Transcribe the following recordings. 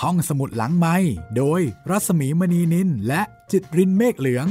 ห้องสมุดหลังไมค์โดยรัศมีมณีนินและจิตรินเมฆเหลือง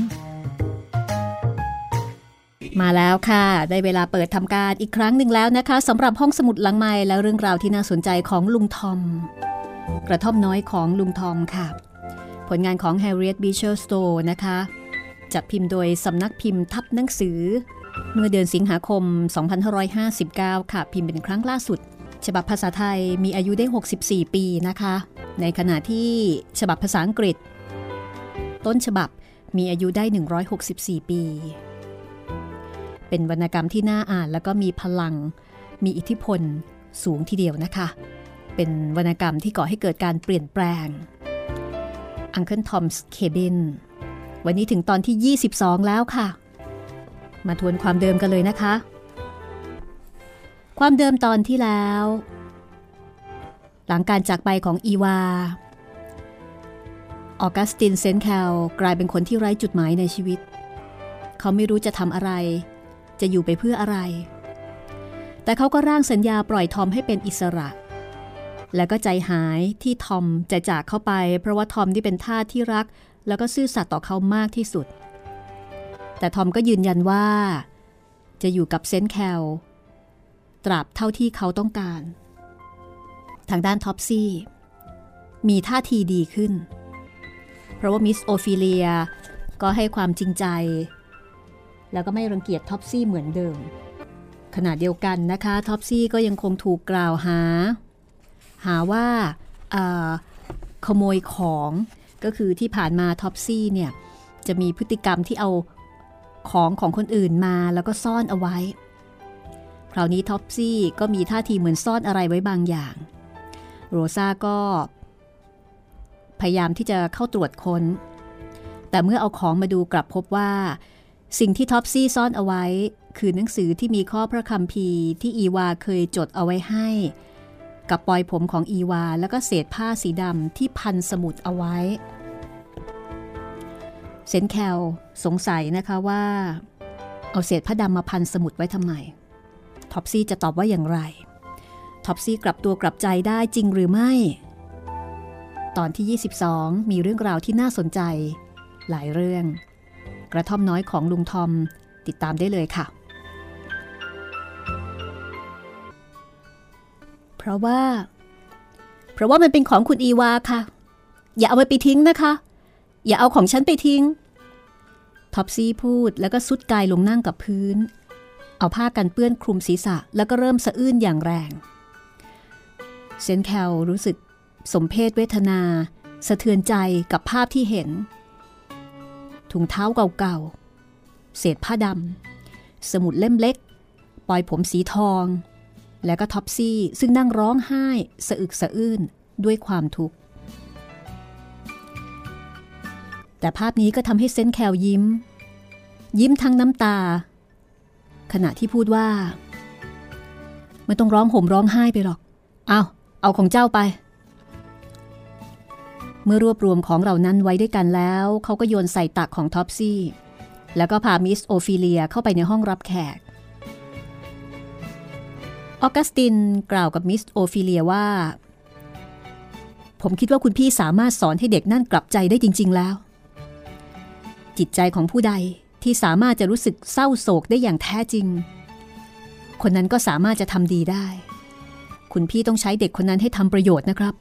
มาแล้วค่ะได้เวลาเปิดทำการอีกครั้งหนึ่งแล้วนะคะสำหรับห้องสมุดหลังไมค์และเรื่องราวที่น่าสนใจของลุงทอมกระท่อมน้อยของลุงทอมค่ะผลงานของ Harriet Beecher Stowe นะคะจัดพิมพ์โดยสำนักพิมพ์ทับหนังสือเมื่อเดือนสิงหาคม 2559 ค่ะพิมพ์เป็นครั้งล่าสุดฉบับภาษาไทยมีอายุได้64 ปีนะคะในขณะที่ฉบับภาษาอังกฤษต้นฉบับมีอายุได้164 ปีเป็นวรรณกรรมที่น่าอ่านแล้วก็มีพลังมีอิทธิพลสูงทีเดียวนะคะเป็นวรรณกรรมที่ก่อให้เกิดการเปลี่ยนแปลง Uncle Tom's Cabin วันนี้ถึงตอนที่22แล้วค่ะมาทวนความเดิมกันเลยนะคะความเดิมตอนที่แล้วหลังการจากไปของอีวาออกัสตินเซนต์แคลกลายเป็นคนที่ไร้จุดหมายในชีวิตเขาไม่รู้จะทำอะไรจะอยู่ไปเพื่ออะไรแต่เขาก็ร่างสัญญาปล่อยทอมให้เป็นอิสระแล้วก็ใจหายที่ทอมจะจากเขาไปเพราะว่าทอมที่เป็นทาสที่รักแล้วก็ซื่อสัตย์ต่อเขามากที่สุดแต่ทอมก็ยืนยันว่าจะอยู่กับเซนต์แคลตราบเท่าที่เขาต้องการทางด้านท็อปซี่มีท่าทีดีขึ้นเพราะว่ามิสโอฟิเลียก็ให้ความจริงใจแล้วก็ไม่รังเกียจท็อปซี่เหมือนเดิมขณะเดียวกันนะคะท็อปซี่ก็ยังคงถูกกล่าวหาว่าขโมยของก็คือที่ผ่านมาท็อปซี่เนี่ยจะมีพฤติกรรมที่เอาของคนอื่นมาแล้วก็ซ่อนเอาไว้คราวนี้ท็อปซี่ก็มีท่าทีเหมือนซ่อนอะไรไว้บางอย่างโรซาก็พยายามที่จะเข้าตรวจค้นแต่เมื่อเอาของมาดูกลับพบว่าสิ่งที่ท็อปซี่ซ่อนเอาไว้คือหนังสือที่มีข้อพระคัมภีร์ที่อีวาเคยจดเอาไว้ให้กับปลอยผมของอีวาแล้วก็เศษผ้าสีดำที่พันสมุดเอาไว้เซนต์แคลสงสัยนะคะว่าเอาเศษผ้าดำมาพันสมุดไว้ทำไมท็อปซี่จะตอบว่าอย่างไรท็อปซี่กลับตัวกลับใจได้จริงหรือไม่ตอนที่22มีเรื่องราวที่น่าสนใจหลายเรื่องกระท่อมน้อยของลุงทอมติดตามได้เลยค่ะเพราะว่ามันเป็นของคุณอีวาค่ะอย่าเอาไปทิ้งนะคะอย่าเอาของฉันไปทิ้งท็อปซี่พูดแล้วก็ซุดกายลงนั่งกับพื้นเอาผ้ากันเปื้อนคลุมศีรษะแล้วก็เริ่มสะอื้นอย่างแรงเซนต์แคลรู้สึกสมเพชเวทนาสะเทือนใจกับภาพที่เห็นถุงเท้าเก่าๆเศษผ้าดำสมุดเล่มเล็กปลอยผมสีทองแล้วก็ท็อปซี่ซึ่งนั่งร้องไห้สะอึกสะอื้นด้วยความทุกข์แต่ภาพนี้ก็ทำให้เซนต์แคลยิ้มทั้งน้ำตาขณะที่พูดว่าไม่ต้องร้องห่มร้องไห้ไปหรอกเอาของเจ้าไปเมื่อรวบรวมของเหล่านั้นไว้ด้วยกันแล้วเขาก็โยนใส่ตักของท็อปซี่แล้วก็พามิสโอฟิเลียเข้าไปในห้องรับแขกออกัสตินกล่าวกับมิสโอฟิเลียว่าผมคิดว่าคุณพี่สามารถสอนให้เด็กนั่นกลับใจได้จริงๆแล้วจิตใจของผู้ใดที่สามารถจะรู้สึกเศร้าโศกได้อย่างแท้จริงคนนั้นก็สามารถจะทำดีได้คุณพี่ต้องใช้เด็กคนนั้นให้ทำประโยชน์นะครับ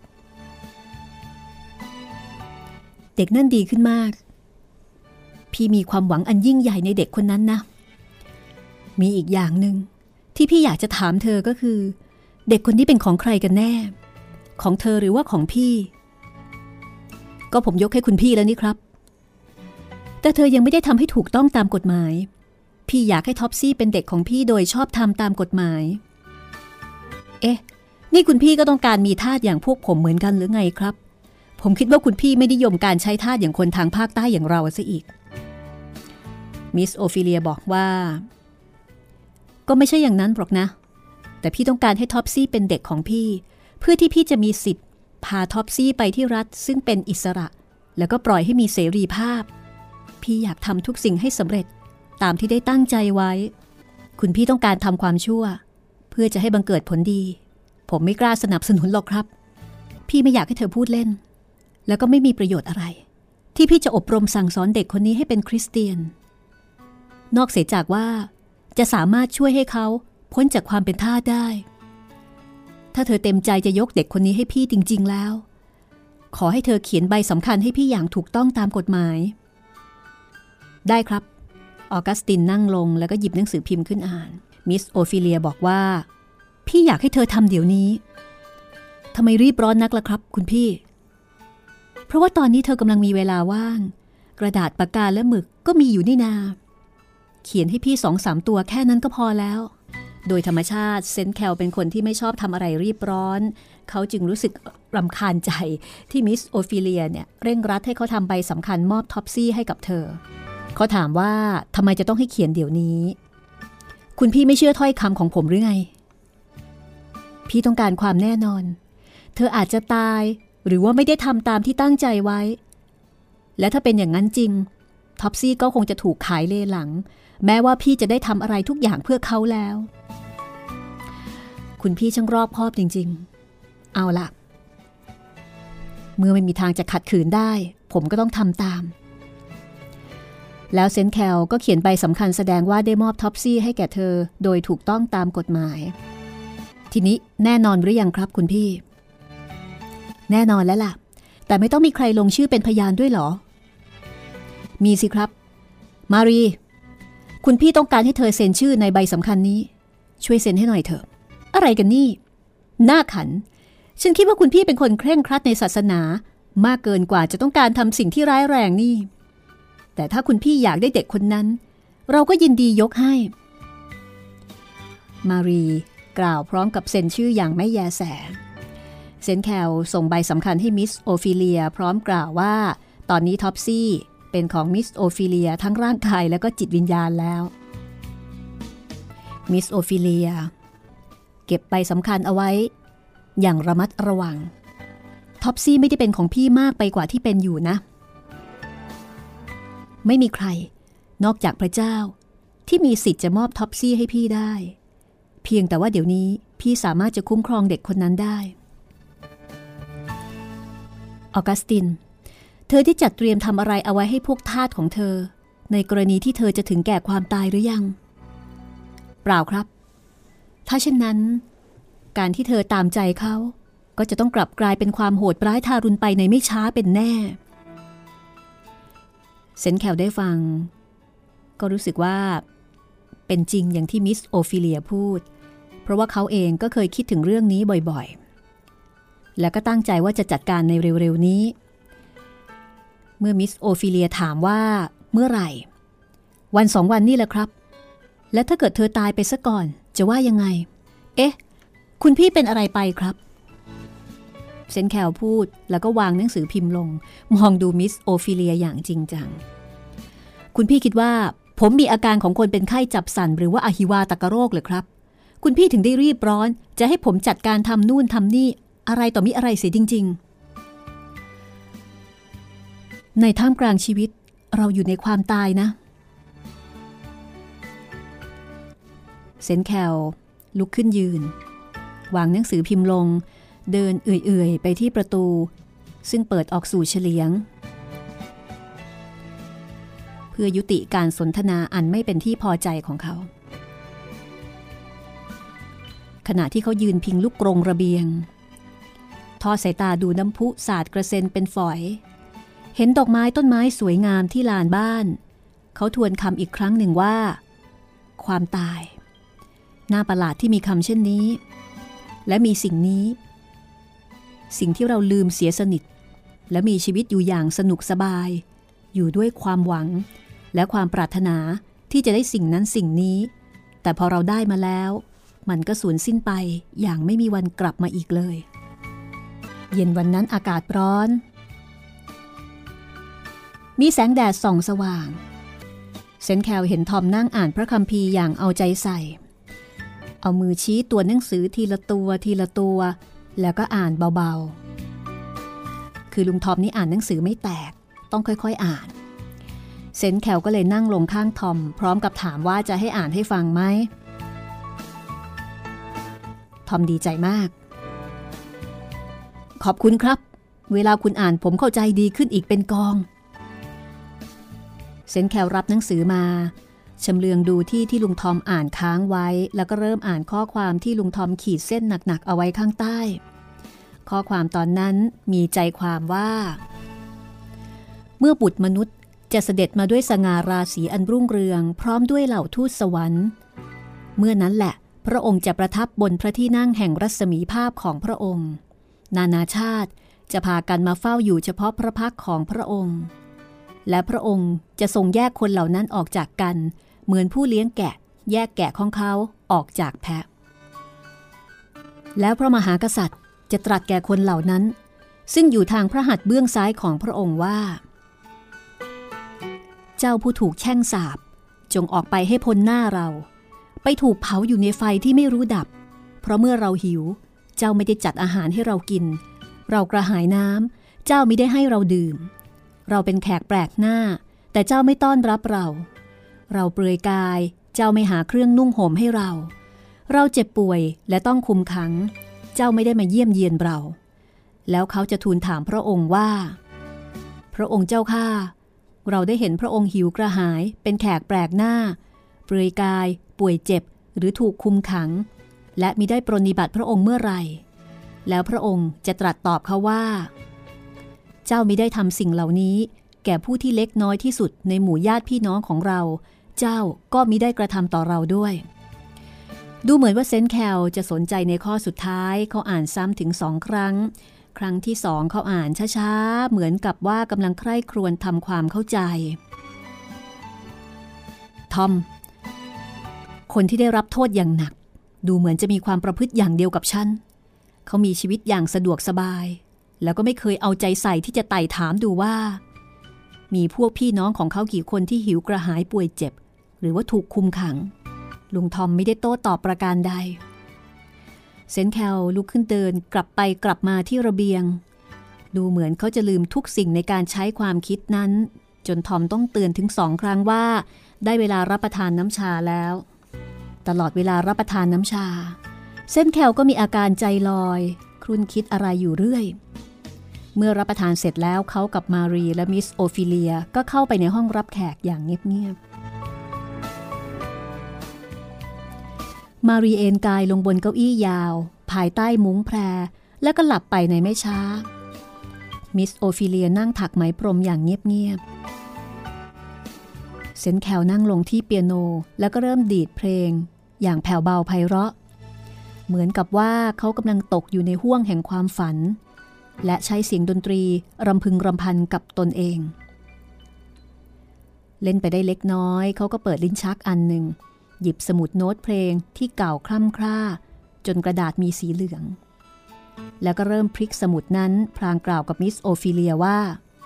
เด็กนั่นดีขึ้นมากพี่มีความหวังอันยิ่งใหญ่ในเด็กคนนั้นนะมีอีกอย่างหนึ่งที่พี่อยากจะถามเธอก็คือเด็กคนนี้เป็นของใครกันแน่ของเธอหรือว่าของพี่ก็ผมยกให้คุณพี่แล้วนี่ครับแต่เธอยังไม่ได้ทำให้ถูกต้องตามกฎหมายพี่อยากให้ท็อปซี่เป็นเด็กของพี่โดยชอบธรรมตามกฎหมายนี่คุณพี่ก็ต้องการมีทาสอย่างพวกผมเหมือนกันหรือไงครับผมคิดว่าคุณพี่ไม่นิยมการใช้ทาสอย่างคนทางภาคใต้อย่างเราซะอีกมิสโอฟิเลียบอกว่าก็ไม่ใช่อย่างนั้นหรอกนะแต่พี่ต้องการให้ท็อปซี่เป็นเด็กของพี่เพื่อที่พี่จะมีสิทธิ์พาท็อปซี่ไปที่รัฐซึ่งเป็นอิสระแล้วก็ปล่อยให้มีเสรีภาพพี่อยากทำทุกสิ่งให้สำเร็จตามที่ได้ตั้งใจไว้คุณพี่ต้องการทำความชั่วเพื่อจะให้บังเกิดผลดีผมไม่กล้าสนับสนุนหรอกครับพพี่ไม่อยากให้เธอพูดเล่นแล้วก็ไม่มีประโยชน์อะไรที่พี่จะอบรมสั่งสอนเด็กคนนี้ให้เป็นคริสเตียนนอกเสียจากว่าจะสามารถช่วยให้เขาพ้นจากความเป็นทาสได้ถ้าเธอเต็มใจจะยกเด็กคนนี้ให้พี่จริงๆแล้วขอให้เธอเขียนใบสำคัญให้พี่อย่างถูกต้องตามกฎหมายได้ครับออกัสตินนั่งลงแล้วก็หยิบหนังสือพิมพ์ขึ้นอ่านมิสโอฟิเลียบอกว่าพี่อยากให้เธอทำเดี๋ยวนี้ทำไมรีบร้อนนักล่ะครับคุณพี่เพราะว่าตอนนี้เธอกำลังมีเวลาว่างกระดาษปากกาและหมึกก็มีอยู่นี่นาเขียนให้พี่ 2-3 ตัวแค่นั้นก็พอแล้วโดยธรรมชาติเซนต์แคลเป็นคนที่ไม่ชอบทำอะไรรีบร้อนเขาจึงรู้สึกรำคาญใจที่มิสโอฟิเลียเนี่ยเร่งรัดให้เขาทำใบสำคัญมอบท็อปซี่ให้กับเธอเขาถามว่าทำไมจะต้องให้เขียนเดี๋ยวนี้คุณพี่ไม่เชื่อถ้อยคำของผมหรือไงพี่ต้องการความแน่นอนเธออาจจะตายหรือว่าไม่ได้ทำตามที่ตั้งใจไว้และถ้าเป็นอย่างนั้นจริงท็อปซี่ก็คงจะถูกขายเลหลังแม้ว่าพี่จะได้ทำอะไรทุกอย่างเพื่อเขาแล้วคุณพี่ช่างรอบคอบจริงๆเอาล่ะเมื่อไม่มีทางจะขัดขืนได้ผมก็ต้องทำตามแล้วเซนต์แคลก็เขียนใบสำคัญแสดงว่าได้มอบท็อปซี่ให้แก่เธอโดยถูกต้องตามกฎหมายทีนี้แน่นอนหรือยังครับคุณพี่แน่นอนแล้วล่ะแต่ไม่ต้องมีใครลงชื่อเป็นพยานด้วยเหรอมีสิครับมารีคุณพี่ต้องการให้เธอเซ็นชื่อในใบสำคัญนี้ช่วยเซ็นให้หน่อยเถอะอะไรกันนี่หน้าขันฉันคิดว่าคุณพี่เป็นคนเคร่งครัดในศาสนามากเกินกว่าจะต้องการทำสิ่งที่ร้ายแรงนี่แต่ถ้าคุณพี่อยากได้เด็กคนนั้นเราก็ยินดียกให้มารีกล่าวพร้อมกับเซ็นชื่ออย่างไม่แยแสเซนต์แคลส่งใบสำคัญให้มิสโอฟิเลียพร้อมกล่าวว่าตอนนี้ท็อปซี่เป็นของมิสโอฟิเลียทั้งร่างกายและก็จิตวิญญาณแล้วมิสโอฟิเลียเก็บใบสำคัญเอาไว้อย่างระมัดระวังท็อปซี่ไม่ได้เป็นของพี่มากไปกว่าที่เป็นอยู่นะไม่มีใครนอกจากพระเจ้าที่มีสิทธิ์จะมอบท็อปซี่ให้พี่ได้เพียงแต่ว่าเดี๋ยวนี้พี่สามารถจะคุ้มครองเด็กคนนั้นได้ออกัสตินเธอได้จัดเตรียมทำอะไรเอาไว้ให้พวกทาสของเธอในกรณีที่เธอจะถึงแก่ความตายหรือยังเปล่าครับถ้าเช่นนั้นการที่เธอตามใจเขาก็จะต้องกลับกลายเป็นความโหดร้ายทารุณไปในไม่ช้าเป็นแน่เซนต์แคลได้ฟังก็รู้สึกว่าเป็นจริงอย่างที่มิสโอฟิเลียพูดเพราะว่าเขาเองก็เคยคิดถึงเรื่องนี้บ่อยๆและก็ตั้งใจว่าจะจัดการในเร็วๆนี้เมื่อมิสโอฟิเลียถามว่าเมื่อไหร่วัน2 วันนี่แหละครับและถ้าเกิดเธอตายไปซะก่อนจะว่ายังไงเอ๊ะคุณพี่เป็นอะไรไปครับเซนต์แคลพูดแล้วก็วางหนังสือพิมพ์ลงมองดูมิสโอฟิเลียอย่างจริงจังคุณพี่คิดว่าผมมีอาการของคนเป็นไข้จับสั่นหรือว่าอหิวาตกโรคเหรอครับคุณพี่ถึงได้รีบร้อนจะให้ผมจัดการทำนู่นทำนี่อะไรต่อมิอะไรเสียจริงๆในท่ามกลางชีวิตเราอยู่ในความตายนะเซนต์แคลลุกขึ้นยืนวางหนังสือพิมพ์ลงเดินเอื่อยๆไปที่ประตูซึ่งเปิดออกสู่เฉลียงเพื่อยุติการสนทนาอันไม่เป็นที่พอใจของเขาขณะที่เขายืนพิงลูกกรงระเบียงทอดสายตาดูน้ำพุสาดกระเซ็นเป็นฝอยเห็นดอกไม้ต้นไม้สวยงามที่ลานบ้านเขาทวนคำอีกครั้งหนึ่งว่าความตายน่าประหลาดที่มีคำเช่นนี้และมีสิ่งนี้สิ่งที่เราลืมเสียสนิทและมีชีวิตอยู่อย่างสนุกสบายอยู่ด้วยความหวังและความปรารถนาที่จะได้สิ่งนั้นสิ่งนี้แต่พอเราได้มาแล้วมันก็สูญสิ้นไปอย่างไม่มีวันกลับมาอีกเลยเย็นวันนั้นอากาศร้อนมีแสงแดดส่องสว่างเซนต์แคลเห็นทอมนั่งอ่านพระคัมภีร์อย่างเอาใจใส่เอามือชี้ตัวหนังสือทีละตัวทีละตัวแล้วก็อ่านเบาๆคือลุงทอมนี่อ่านหนังสือไม่แตกต้องค่อยๆอ่านเซนต์แคลก็เลยนั่งลงข้างทอมพร้อมกับถามว่าจะให้อ่านให้ฟังไหมทอมดีใจมากขอบคุณครับเวลาคุณอ่านผมเข้าใจดีขึ้นอีกเป็นกองเซนแคลรับหนังสือมาชำเลืองดูที่ลุงทอมอ่านค้างไว้แล้วก็เริ่มอ่านข้อความที่ลุงทอมขีดเส้นหนักๆเอาไว้ข้างใต้ข้อความตอนนั้นมีใจความว่าเมื่อบุตรมนุษย์จะเสด็จมาด้วยสง่าราศีอันรุ่งเรืองพร้อมด้วยเหล่าทูตสวรรค์เมื่อนั้นแหละพระองค์จะประทับบนพระที่นั่งแห่งรัศมีภาพของพระองค์นานาชาติจะพากันมาเฝ้าอยู่เฉพาะพระพักของพระองค์และพระองค์จะทรงแยกคนเหล่านั้นออกจากกันเหมือนผู้เลี้ยงแกะแยกแกะของเขาออกจากแพะแล้วพระมหากษัตริย์จะตรัสแก่คนเหล่านั้นซึ่งอยู่ทางพระหัตถ์เบื้องซ้ายของพระองค์ว่าเจ้าผู้ถูกแช่งสาปจงออกไปให้พ้นหน้าเราไปถูกเผาอยู่ในไฟที่ไม่รู้ดับเพราะเมื่อเราหิวเจ้าไม่ได้จัดอาหารให้เรากินเรากระหายน้ำเจ้าไม่ได้ให้เราดื่มเราเป็นแขกแปลกหน้าแต่เจ้าไม่ต้อนรับเราเปลือยกายเจ้าไม่หาเครื่องนุ่งห่มให้เราเจ็บป่วยและต้องคุมขังเจ้าไม่ได้มาเยี่ยมเยียนเราแล้วเขาจะทูลถามพระองค์ว่าพระองค์เจ้าข้าเราได้เห็นพระองค์หิวกระหายเป็นแขกแปลกหน้าเปลือยกายป่วยเจ็บหรือถูกคุมขังและมิได้ปรนนิบัติพระองค์เมื่อไหร่แล้วพระองค์จะตรัสตอบเขาว่าเจ้ามิได้ทำสิ่งเหล่านี้แก่ผู้ที่เล็กน้อยที่สุดในหมู่ญาติพี่น้องของเราเจ้าก็มิได้กระทำต่อเราด้วยดูเหมือนว่าเซนต์แคลจะสนใจในข้อสุดท้ายเขาอ่านซ้ำถึง2 ครั้งครั้งที่2เขาอ่านช้าๆเหมือนกับว่ากำลังใคร่ครวญทำความเข้าใจทอมคนที่ได้รับโทษอย่างหนักดูเหมือนจะมีความประพฤติอย่างเดียวกับฉันเขามีชีวิตอย่างสะดวกสบายแล้วก็ไม่เคยเอาใจใส่ที่จะไต่ถามดูว่ามีพวกพี่น้องของเขากี่คนที่หิวกระหายป่วยเจ็บหรือว่าถูกคุมขังลุงทอมไม่ได้โต้ตอบประการใดเซนต์แคลลุกขึ้นเดินกลับไปกลับมาที่ระเบียงดูเหมือนเขาจะลืมทุกสิ่งในการใช้ความคิดนั้นจนทอมต้องเตือนถึง2 ครั้งว่าได้เวลารับประทานน้ำชาแล้วตลอดเวลารับประทานน้ำชาเซนต์แคลก็มีอาการใจลอยครุ่นคิดอะไรอยู่เรื่อยเมื่อรับประทานเสร็จแล้วเขากับมารีและมิสโอฟิเลียก็เข้าไปในห้องรับแขกอย่างเงียบๆมารีเอนกายลงบนเก้าอี้ยาวภายใต้มุ้งแพรแล้วก็หลับไปในไม่ช้ามิสโอฟิเลียนั่งถักไหมพรมอย่างเงียบๆเซนต์แคลนั่งลงที่เปียโนแล้วก็เริ่มดีดเพลงอย่างแผ่วเบาไพเราะเหมือนกับว่าเขากำลังตกอยู่ในห้วงแห่งความฝันและใช้เสียงดนตรีรำพึงรำพันกับตนเองเล่นไปได้เล็กน้อยเขาก็เปิดลิ้นชักอันหนึ่งหยิบสมุดโน้ตเพลงที่เก่าคล่ำคร่าจนกระดาษมีสีเหลืองแล้วก็เริ่มพลิกสมุดนั้นพลางกล่าวกับมิสโอฟิเลียว่า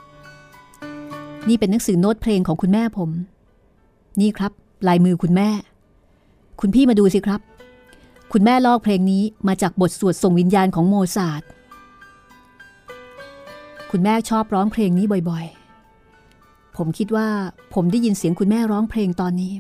นี่เป็นหนังสือโน้ตเพลงของคุณแม่ผมนี่ครับลายมือคุณแม่คุณพี่มาดูสิครับคุณแม่ลอกเพลงนี้มาจากบทสวดส่งวิญญาณของโมซาร์ทคุณแม่ชอบร้องเพลงนี้บ่อยๆผมคิดว่าผมได้ยินเสียงคุณแม่ร้องเพลงตอนนี้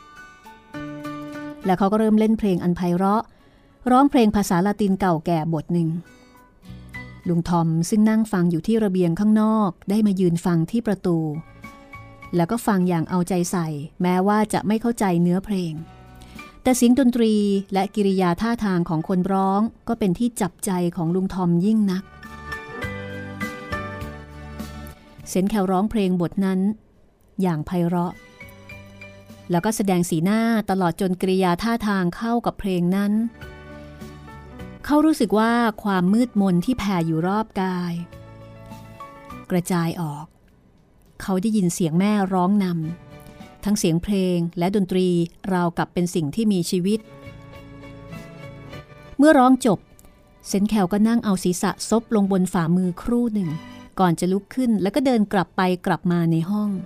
แล้วเขาก็เริ่มเล่นเพลงอันไพเราะร้องเพลงภาษาละตินเก่าแก่บทหนึ่งลุงทอมซึ่งนั่งฟังอยู่ที่ระเบียงข้างนอกได้มายืนฟังที่ประตูแล้วก็ฟังอย่างเอาใจใส่แม้ว่าจะไม่เข้าใจเนื้อเพลงแต่เสียงดนตรีและกิริยาท่าทางของคนร้องก็เป็นที่จับใจของลุงทอมยิ่งนักเซนต์แคลร้องเพลงบทนั้นอย่างไพเราะแล้วก็แสดงสีหน้าตลอดจนกริยาท่าทางเข้ากับเพลงนั้นเขารู้สึกว่าความมืดมนที่แผ่อยู่รอบกายกระจายออกเขาได้ยินเสียงแม่ร้องนำทั้งเสียงเพลงและดนตรีราวกับเป็นสิ่งที่มีชีวิตเมื่อร้องจบเซนต์แคลก็นั่งเอาศีรษะซบลงบนฝ่ามือครู่หนึ่งก่อนจะลุกขึ้นแล้วก็เดินกลับไปกลับมาในห้อง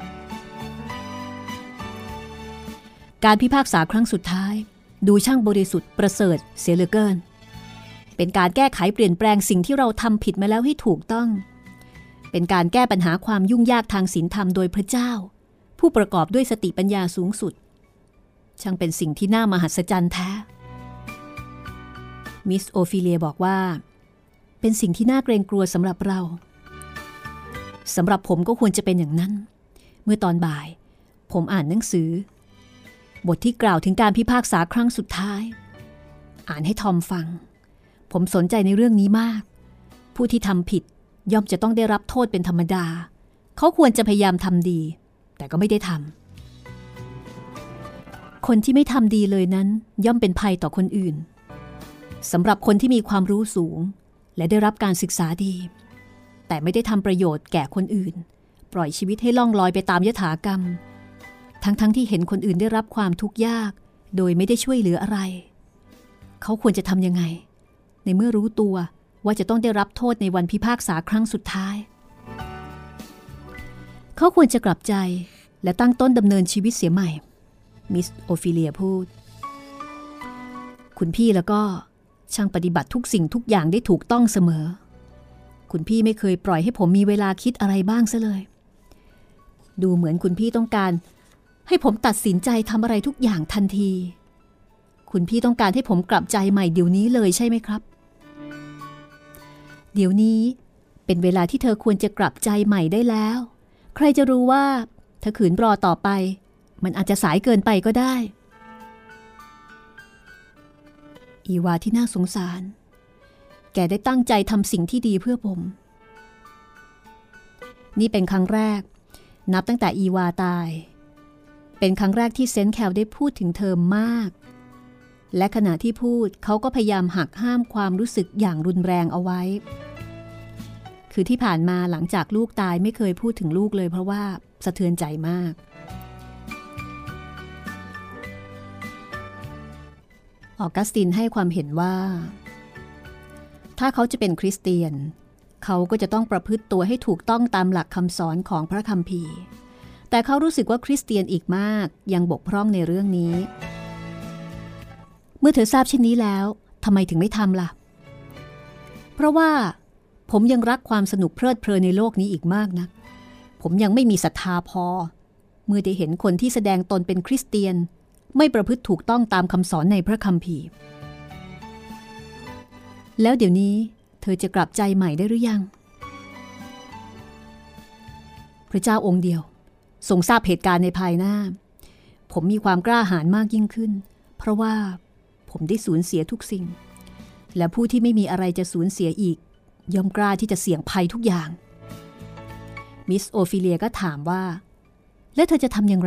การพิพากษาครั้งสุดท้ายดูช่างบริสุทธิ์ประเสริฐเสียเหลือเกินเป็นการแก้ไขเปลี่ยนแปลงสิ่งที่เราทำผิดมาแล้วให้ถูกต้องเป็นการแก้ปัญหาความยุ่งยากทางศีลธรรมโดยพระเจ้าผู้ประกอบด้วยสติปัญญาสูงสุดช่างเป็นสิ่งที่น่ามหัศจรรย์แท้มิสโอฟิเลียบอกว่าเป็นสิ่งที่น่าเกรงกลัวสำหรับเราสำหรับผมก็ควรจะเป็นอย่างนั้นเมื่อตอนบ่ายผมอ่านหนังสือบทที่กล่าวถึงการพิพากษาครั้งสุดท้ายอ่านให้ทอมฟังผมสนใจในเรื่องนี้มากผู้ที่ทำผิดย่อมจะต้องได้รับโทษเป็นธรรมดาเขาควรจะพยายามทำดีแต่ก็ไม่ได้ทำคนที่ไม่ทำดีเลยนั้นย่อมเป็นภัยต่อคนอื่นสำหรับคนที่มีความรู้สูงและได้รับการศึกษาดีแต่ไม่ได้ทำประโยชน์แก่คนอื่นปล่อยชีวิตให้ล่องลอยไปตามยถากรรมทั้งที่เห็นคนอื่นได้รับความทุกข์ยากโดยไม่ได้ช่วยเหลืออะไรเขาควรจะทำยังไงในเมื่อรู้ตัวว่าจะต้องได้รับโทษในวันพิพากษาครั้งสุดท้ายเขาควรจะกลับใจและตั้งต้นดำเนินชีวิตเสียใหม่มิสโอฟิเลียพูดคุณพี่แล้วก็ช่างปฏิบัติทุกสิ่งทุกอย่างได้ถูกต้องเสมอคุณพี่ไม่เคยปล่อยให้ผมมีเวลาคิดอะไรบ้างซะเลยดูเหมือนคุณพี่ต้องการให้ผมตัดสินใจทำอะไรทุกอย่างทันทีคุณพี่ต้องการให้ผมกลับใจใหม่เดี๋ยวนี้เลยใช่ไหมครับเดี๋ยวนี้เป็นเวลาที่เธอควรจะกลับใจใหม่ได้แล้วใครจะรู้ว่าถ้าขืนรอต่อไปมันอาจจะสายเกินไปก็ได้อีวาที่น่าสงสารแกได้ตั้งใจทำสิ่งที่ดีเพื่อผมนี่เป็นครั้งแรกนับตั้งแต่อีวาตายเป็นครั้งแรกที่เซนต์แคลได้พูดถึงเธอมากและขณะที่พูดเขาก็พยายามหักห้ามความรู้สึกอย่างรุนแรงเอาไว้คือที่ผ่านมาหลังจากลูกตายไม่เคยพูดถึงลูกเลยเพราะว่าสะเทือนใจมากออกัสตินให้ความเห็นว่าถ้าเขาจะเป็นคริสเตียนเขาก็จะต้องประพฤติตัวให้ถูกต้องตามหลักคำสอนของพระคัมภีร์แต่เขารู้สึกว่าคริสเตียนอีกมากยังบกพร่องในเรื่องนี้เมื่อเธอทราบเช่นนี้แล้วทำไมถึงไม่ทำล่ะเพราะว่าผมยังรักความสนุกเพลิดเพลินในโลกนี้อีกมากนะผมยังไม่มีศรัทธาพอเมื่อได้เห็นคนที่แสดงตนเป็นคริสเตียนไม่ประพฤติถูกต้องตามคำสอนในพระคัมภีร์แล้วเดี๋ยวนี้เธอจะกลับใจใหม่ได้หรือยังพระเจ้าองค์เดียวทรงทราบเหตุการณ์ในภายหน้าผมมีความกล้าหาญมากยิ่งขึ้นเพราะว่าผมได้สูญเสียทุกสิ่งและผู้ที่ไม่มีอะไรจะสูญเสียอีกย่อมกล้าที่จะเสี่ยงภัยทุกอย่างมิสโอฟิเลียก็ถามว่าแล้วเธอจะทำอย่างไร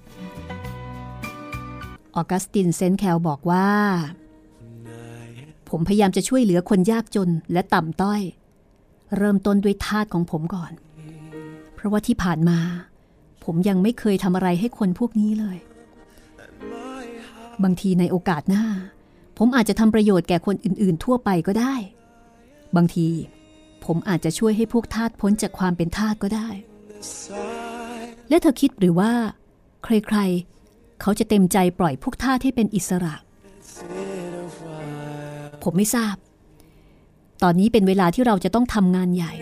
ออกัสตินเซนต์แคลบอกว่าผมพยายามจะช่วยเหลือคนยากจนและต่ำต้อยเริ่มต้นด้วยทาสของผมก่อนเพราะว่าที่ผ่านมาผมยังไม่เคยทำอะไรให้คนพวกนี้เลยบางทีในโอกาสหน้าผมอาจจะทำประโยชน์แก่คนอื่นๆทั่วไปก็ได้บางทีผมอาจจะช่วยให้พวกทาสพ้นจากความเป็นทาสก็ได้และเธอคิดหรือว่าใครๆเขาจะเต็มใจปล่อยพวกทาสให้เป็นอิสระผมไม่ทราบตอนนี้เป็นเวลาที่เราจะต้องทำงานใหญ่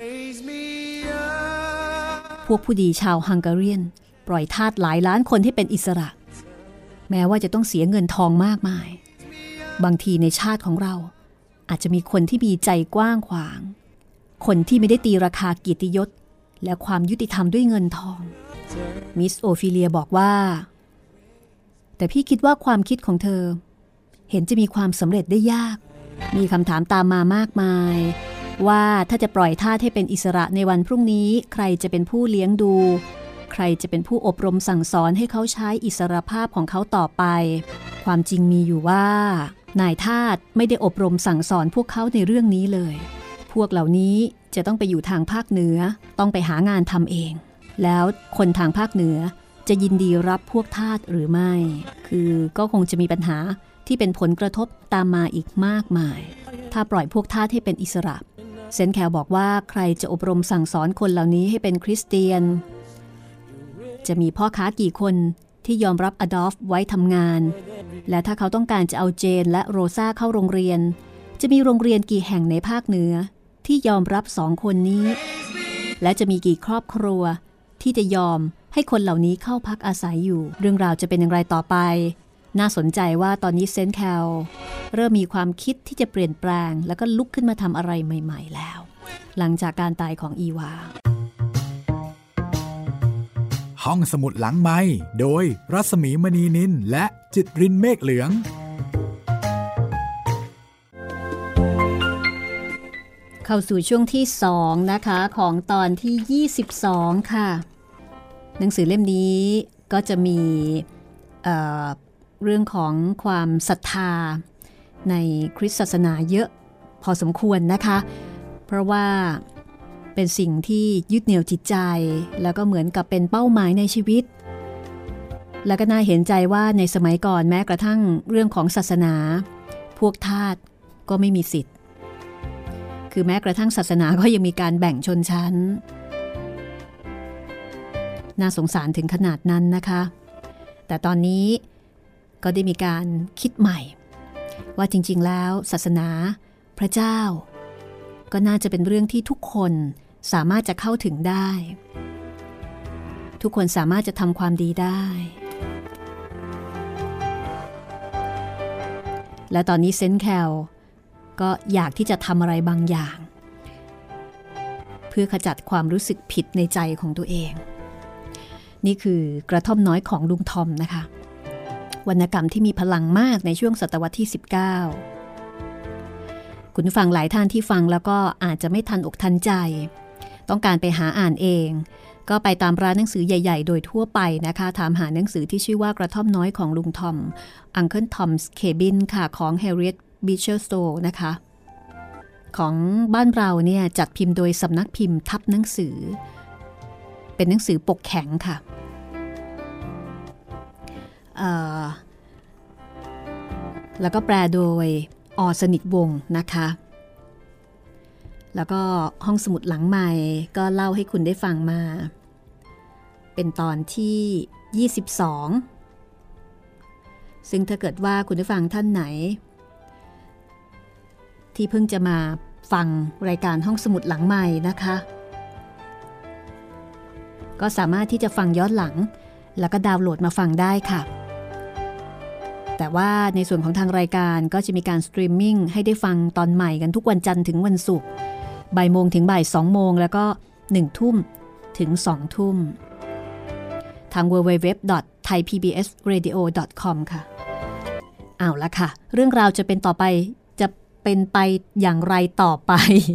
พวกผู้ดีชาวฮังการีนปล่อยทาสหลายล้านคนให้เป็นอิสระแม้ว่าจะต้องเสียเงินทองมากมายบางทีในชาติของเราอาจจะมีคนที่มีใจกว้างขวางคนที่ไม่ได้ตีราคาเกียรติยศและความยุติธรรมด้วยเงินทองมิสโอฟิเลียบอกว่าแต่พี่คิดว่าความคิดของเธอเห็นจะมีความสำเร็จได้ยากมีคำถามตามมามากมายว่าถ้าจะปล่อยทาสให้เป็นอิสระในวันพรุ่งนี้ใครจะเป็นผู้เลี้ยงดูใครจะเป็นผู้อบรมสั่งสอนให้เขาใช้อิสรภาพของเขาต่อไปความจริงมีอยู่ว่านายทาสไม่ได้อบรมสั่งสอนพวกเขาในเรื่องนี้เลยพวกเหล่านี้จะต้องไปอยู่ทางภาคเหนือต้องไปหางานทำเองแล้วคนทางภาคเหนือจะยินดีรับพวกทาสหรือไม่คือก็คงจะมีปัญหาที่เป็นผลกระทบตามมาอีกมากมายถ้าปล่อยพวกทาสให้เป็นอิสระเซนต์แคลบอกว่าใครจะอบรมสั่งสอนคนเหล่านี้ให้เป็นคริสเตียนจะมีพ่อค้ากี่คนที่ยอมรับอดอล์ฟไว้ทำงานและถ้าเขาต้องการจะเอาเจนและโรซาเข้าโรงเรียนจะมีโรงเรียนกี่แห่งในภาคเหนือที่ยอมรับ2คนนี้และจะมีกี่ครอบครัวที่จะยอมให้คนเหล่านี้เข้าพักอาศัยอยู่เรื่องราวจะเป็นอย่างไรต่อไปน่าสนใจว่าตอนนี้เซนต์แคลเริ่มมีความคิดที่จะเปลี่ยนแปลงแล้วก็ลุกขึ้นมาทำอะไรใหม่ๆแล้วหลังจากการตายของอีวาห้องสมุดหลังไมค์โดยรัศมีมณีนินและจิตรินเมฆเหลืองเข้าสู่ช่วงที่2นะคะของตอนที่22ค่ะหนังสือเล่มนี้ก็จะมีเรื่องของความศรัทธาในคริสตศาสนาเยอะพอสมควรนะคะเพราะว่าเป็นสิ่งที่ยึดเหนี่ยวจิตใจแล้วก็เหมือนกับเป็นเป้าหมายในชีวิตแล้วก็น่าเห็นใจว่าในสมัยก่อนแม้กระทั่งเรื่องของศาสนาพวกทาสก็ไม่มีสิทธิ์คือแม้กระทั่งศาสนาก็ยังมีการแบ่งชนชั้นน่าสงสารถึงขนาดนั้นนะคะแต่ตอนนี้ก็ได้มีการคิดใหม่ว่าจริงๆแล้วศาสนาพระเจ้าก็น่าจะเป็นเรื่องที่ทุกคนสามารถจะเข้าถึงได้ทุกคนสามารถจะทำความดีได้และตอนนี้เซนต์แคลก็อยากที่จะทำอะไรบางอย่างเพื่อขจัดความรู้สึกผิดในใจของตัวเองนี่คือกระท่อมน้อยของลุงทอมนะคะวรรณกรรมที่มีพลังมากในช่วงศตวรรษที่19คุณผู้ฟังหลายท่านที่ฟังแล้วก็อาจจะไม่ทันอกทันใจต้องการไปหาอ่านเองก็ไปตามร้านหนังสือใหญ่ๆโดยทั่วไปนะคะถามหาหนังสือที่ชื่อว่ากระท่อมน้อยของลุงทอม Uncle Tom's Cabin ค่ะของ Harriet Beecher Stowe นะคะของบ้านเราเนี่ยจัดพิมพ์โดยสำนักพิมพ์ทับหนังสือเป็นหนังสือปกแข็งค่ะแล้วก็แปลโดยสนิทวงศ์นะคะแล้วก็ห้องสมุดหลังใหม่ก็เล่าให้คุณได้ฟังมาเป็นตอนที่22ซึ่งถ้าเกิดว่าคุณผู้ฟังท่านไหนที่เพิ่งจะมาฟังรายการห้องสมุดหลังใหม่นะคะก็สามารถที่จะฟังย้อนหลังแล้วก็ดาวน์โหลดมาฟังได้ค่ะแต่ว่าในส่วนของทางรายการก็จะมีการสตรีมมิ่งให้ได้ฟังตอนใหม่กันทุกวันจันทร์ถึงวันศุกร์บ่ายโมงถึงบ่าย2โมงแล้วก็1ทุ่มถึง2ทุ่มทาง www.thaipbsradio.com ค่ะเอาละค่ะเรื่องราวจะเป็นไปอย่างไรต่อไป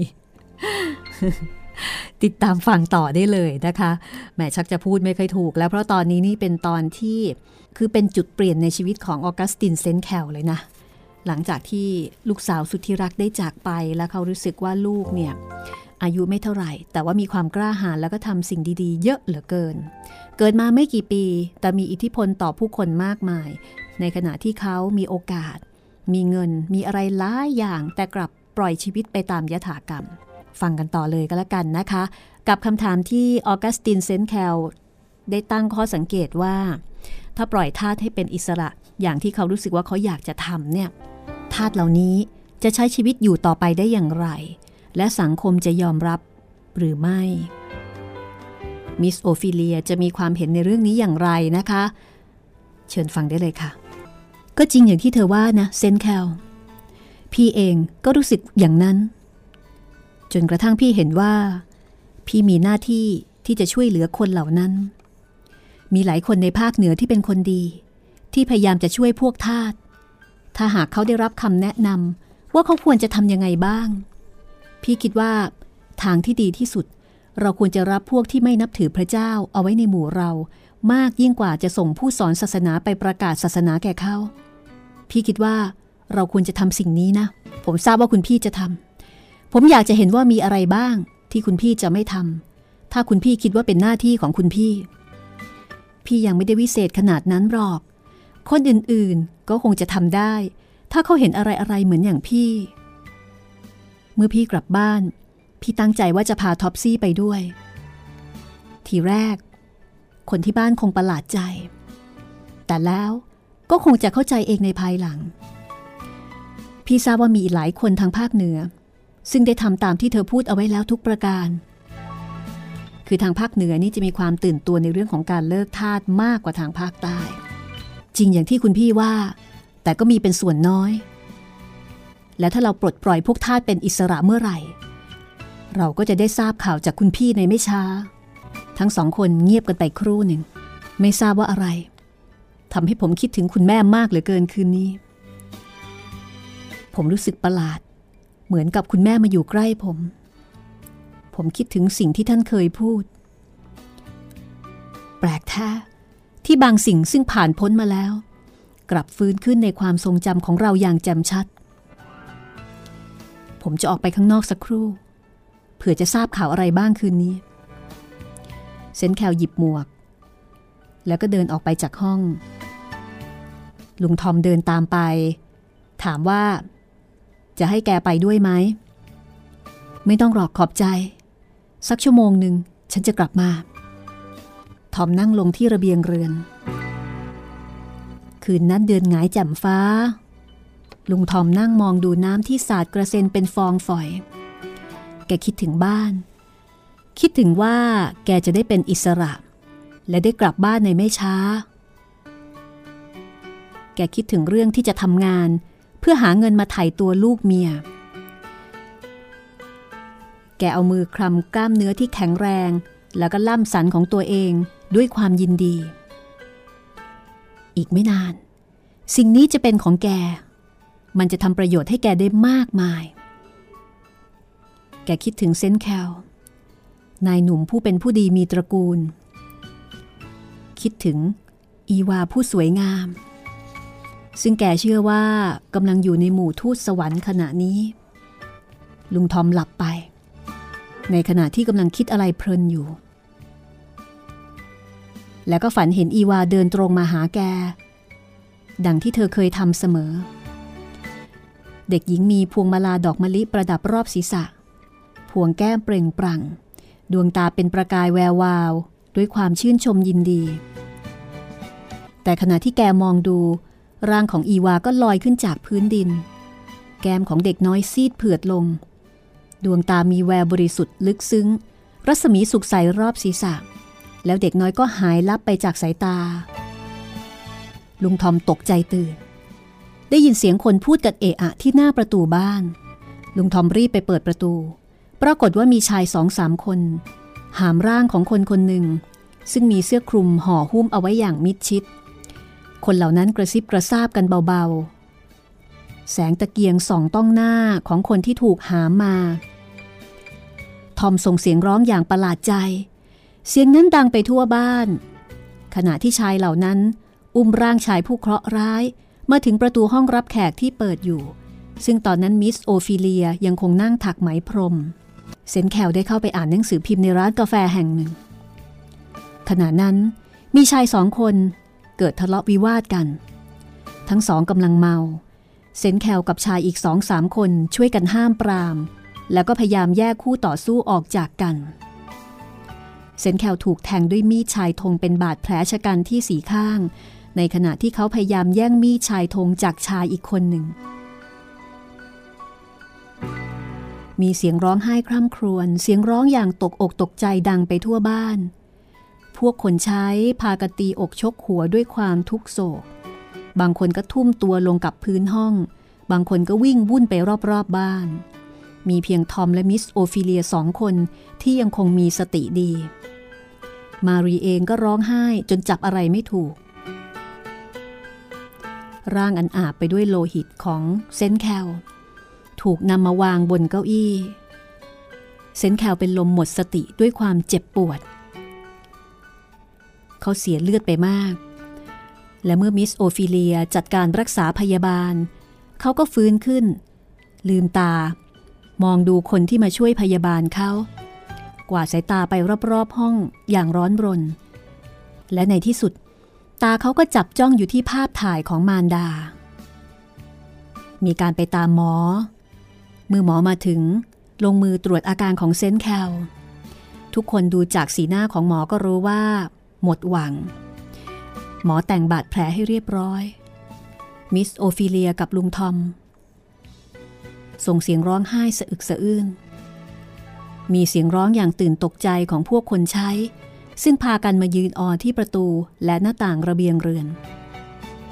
ติดตามฟังต่อได้เลยนะคะแหมชักจะพูดไม่ค่อยถูกแล้วเพราะตอนนี้นี่เป็นตอนที่คือเป็นจุดเปลี่ยนในชีวิตของออกัสตินเซนต์แคลเลยนะหลังจากที่ลูกสาวสุดที่รักได้จากไปแล้วเขารู้สึกว่าลูกเนี่ยอายุไม่เท่าไหร่แต่ว่ามีความกล้าหาญแล้วก็ทำสิ่งดีๆเยอะเหลือเกินเกิดมาไม่กี่ปีแต่มีอิทธิพลต่อผู้คนมากมายในขณะที่เขามีโอกาสมีเงินมีอะไรหลายอย่างแต่กลับปล่อยชีวิตไปตามยถากรรมฟังกันต่อเลยก็แล้วกันนะคะกับคำถามที่ออกัสตินเซนต์แคลได้ตั้งข้อสังเกตว่าถ้าปล่อยทาสให้เป็นอิสระอย่างที่เขารู้สึกว่าเขาอยากจะทำเนี่ยทาสเหล่านี้จะใช้ชีวิตอยู่ต่อไปได้อย่างไรและสังคมจะยอมรับหรือไม่มิสโอฟิเลียจะมีความเห็นในเรื่องนี้อย่างไรนะคะเชิญฟังได้เลยค่ะก็จริงอย่างที่เธอว่านะเซนต์แคลพี่เองก็รู้สึกอย่างนั้นจนกระทั่งพี่เห็นว่าพี่มีหน้าที่ที่จะช่วยเหลือคนเหล่านั้นมีหลายคนในภาคเหนือที่เป็นคนดีที่พยายามจะช่วยพวกทาสถ้าหากเขาได้รับคำแนะนำว่าเขาควรจะทำยังไงบ้างพี่คิดว่าทางที่ดีที่สุดเราควรจะรับพวกที่ไม่นับถือพระเจ้าเอาไว้ในหมู่เรามากยิ่งกว่าจะส่งผู้สอนศาสนาไปประกาศศาสนาแก่เขาพี่คิดว่าเราควรจะทำสิ่งนี้นะผมทราบว่าคุณพี่จะทำผมอยากจะเห็นว่ามีอะไรบ้างที่คุณพี่จะไม่ทำถ้าคุณพี่คิดว่าเป็นหน้าที่ของคุณพี่ยังไม่ได้วิเศษขนาดนั้นหรอกคนอื่นๆก็คงจะทำได้ถ้าเขาเห็นอะไรเหมือนอย่างพี่เมื่อพี่กลับบ้านพี่ตั้งใจว่าจะพาท็อปซี่ไปด้วยทีแรกคนที่บ้านคงประหลาดใจแต่แล้วก็คงจะเข้าใจเองในภายหลังพี่ทราบว่ามีหลายคนทางภาคเหนือซึ่งได้ทำตามที่เธอพูดเอาไว้แล้วทุกประการคือทางภาคเหนือนี่จะมีความตื่นตัวในเรื่องของการเลิกทาสมากกว่าทางภาคใต้จริงอย่างที่คุณพี่ว่าแต่ก็มีเป็นส่วนน้อยแล้วถ้าเราปลดปล่อยพวกทาสเป็นอิสระเมื่อไหร่เราก็จะได้ทราบข่าวจากคุณพี่ในไม่ช้าทั้งสองคนเงียบกันไปครู่หนึ่งไม่ทราบว่าอะไรทำให้ผมคิดถึงคุณแม่มากเหลือเกินคืนนี้ผมรู้สึกประหลาดเหมือนกับคุณแม่มาอยู่ใกล้ผมคิดถึงสิ่งที่ท่านเคยพูดแปลกแท้ที่บางสิ่งซึ่งผ่านพ้นมาแล้วกลับฟื้นขึ้นในความทรงจำของเราอย่างแจ่มชัดผมจะออกไปข้างนอกสักครู่เผื่อจะทราบข่าวอะไรบ้างคืนนี้เซนแคลหยิบหมวกแล้วก็เดินออกไปจากห้องลุงทอมเดินตามไปถามว่าจะให้แกไปด้วยไหมไม่ต้องหรอกขอบใจสักชั่วโมงหนึ่งฉันจะกลับมาทอมนั่งลงที่ระเบียงเรือนคืนนั้นเดือนหงายแจ่มฟ้าลุงทอมนั่งมองดูน้ำที่สาดกระเซ็นเป็นฟองฝอยแกคิดถึงบ้านคิดถึงว่าแกจะได้เป็นอิสระและได้กลับบ้านในไม่ช้าแกคิดถึงเรื่องที่จะทำงานเพื่อหาเงินมาไถ่ตัวลูกเมียแกเอามือคลำกล้ามเนื้อที่แข็งแรงแล้วก็ล่ำสันของตัวเองด้วยความยินดีอีกไม่นานสิ่งนี้จะเป็นของแกมันจะทำประโยชน์ให้แกได้มากมายแกคิดถึงเซนต์แคลนายหนุ่มผู้เป็นผู้ดีมีตระกูลคิดถึงอีวาผู้สวยงามซึ่งแกเชื่อว่ากำลังอยู่ในหมู่ทูตสวรรค์ขณะนี้ลุงทอมหลับไปในขณะที่กำลังคิดอะไรเพลินอยู่แล้วก็ฝันเห็นอีวาเดินตรงมาหาแกดังที่เธอเคยทำเสมอเด็กหญิงมีพวงมาลาดอกมะลิประดับรอบศีรษะพวงแก้มเปล่งปลั่งดวงตาเป็นประกายแวววาวด้วยความชื่นชมยินดีแต่ขณะที่แกมองดูร่างของอีวาก็ลอยขึ้นจากพื้นดินแก้มของเด็กน้อยซีดเผือดลงดวงตามีแววบริสุทธิ์ลึกซึ้งรัศมีสุขใสรอบศีรษะแล้วเด็กน้อยก็หายลับไปจากสายตาลุงทอมตกใจตื่นได้ยินเสียงคนพูดกันเอะอะที่หน้าประตูบ้านลุงทอมรีบไปเปิดประตูปรากฏว่ามีชาย 2-3 คนหามร่างของคนคนหนึ่งซึ่งมีเสื้อคลุมห่อหุ้มเอาไว้อย่างมิดชิดคนเหล่านั้นกระซิบกระซาบกันเบาๆแสงตะเกียงส่องต้องหน้าของคนที่ถูกหามมาทอมส่งเสียงร้องอย่างประหลาดใจเสียงนั้นดังไปทั่วบ้านขณะที่ชายเหล่านั้นอุ้มร่างชายผู้เคราะห์ร้ายมาถึงประตูห้องรับแขกที่เปิดอยู่ซึ่งตอนนั้นมิสโอฟิเลียยังคงนั่งถักไหมพรมเซนแคลได้เข้าไปอ่านหนังสือพิมพ์ในร้านกาแฟแห่งหนึ่งขณะนั้นมีชาย2 คนเกิดทะเลาะวิวาทกันทั้งสองกำลังเมาเซนแคลกับชายอีก 2-3 คนช่วยกันห้ามปรามแล้วก็พยายามแยกคู่ต่อสู้ออกจากกันเซนแคลถูกแทงด้วยมีดชายธงเป็นบาดแผลชะกันที่สีข้างในขณะที่เขาพยายามแย่งมีดชายธงจากชายอีกคนหนึ่งมีเสียงร้องไห้คร่ำครวญเสียงร้องอย่างตกอกตกใจดังไปทั่วบ้านพวกคนใช้พากันตีอกชกหัวด้วยความทุกโศกบางคนก็ทุ่มตัวลงกับพื้นห้องบางคนก็วิ่งวุ่นไปรอบๆบ้านมีเพียงทอมและมิสโอฟิเลีย2 คนที่ยังคงมีสติดีมารีเองก็ร้องไห้จนจับอะไรไม่ถูกร่างอันอาบไปด้วยโลหิตของเซนต์แคลถูกนำมาวางบนเก้าอี้เซนต์แคลเป็นลมหมดสติด้วยความเจ็บปวดเขาเสียเลือดไปมากและเมื่อมิสโอฟิเลียจัดการรักษาพยาบาลเขาก็ฟื้นขึ้นลืมตามองดูคนที่มาช่วยพยาบาลเขากวาดสายตาไปรอบๆห้องอย่างร้อนรนและในที่สุดตาเขาก็จับจ้องอยู่ที่ภาพถ่ายของมารดามีการไปตามหมอเมื่อหมอมาถึงลงมือตรวจอาการของเซนต์แคลทุกคนดูจากสีหน้าของหมอก็รู้ว่าหมดหวังหมอแต่งบาดแผลให้เรียบร้อยมิสโอฟิเลียกับลุงทอมส่งเสียงร้องไห้สะอึกสะอื้นมีเสียงร้องอย่างตื่นตกใจของพวกคนใช้ซึ่งพากันมายืนออที่ประตูและหน้าต่างระเบียงเรือน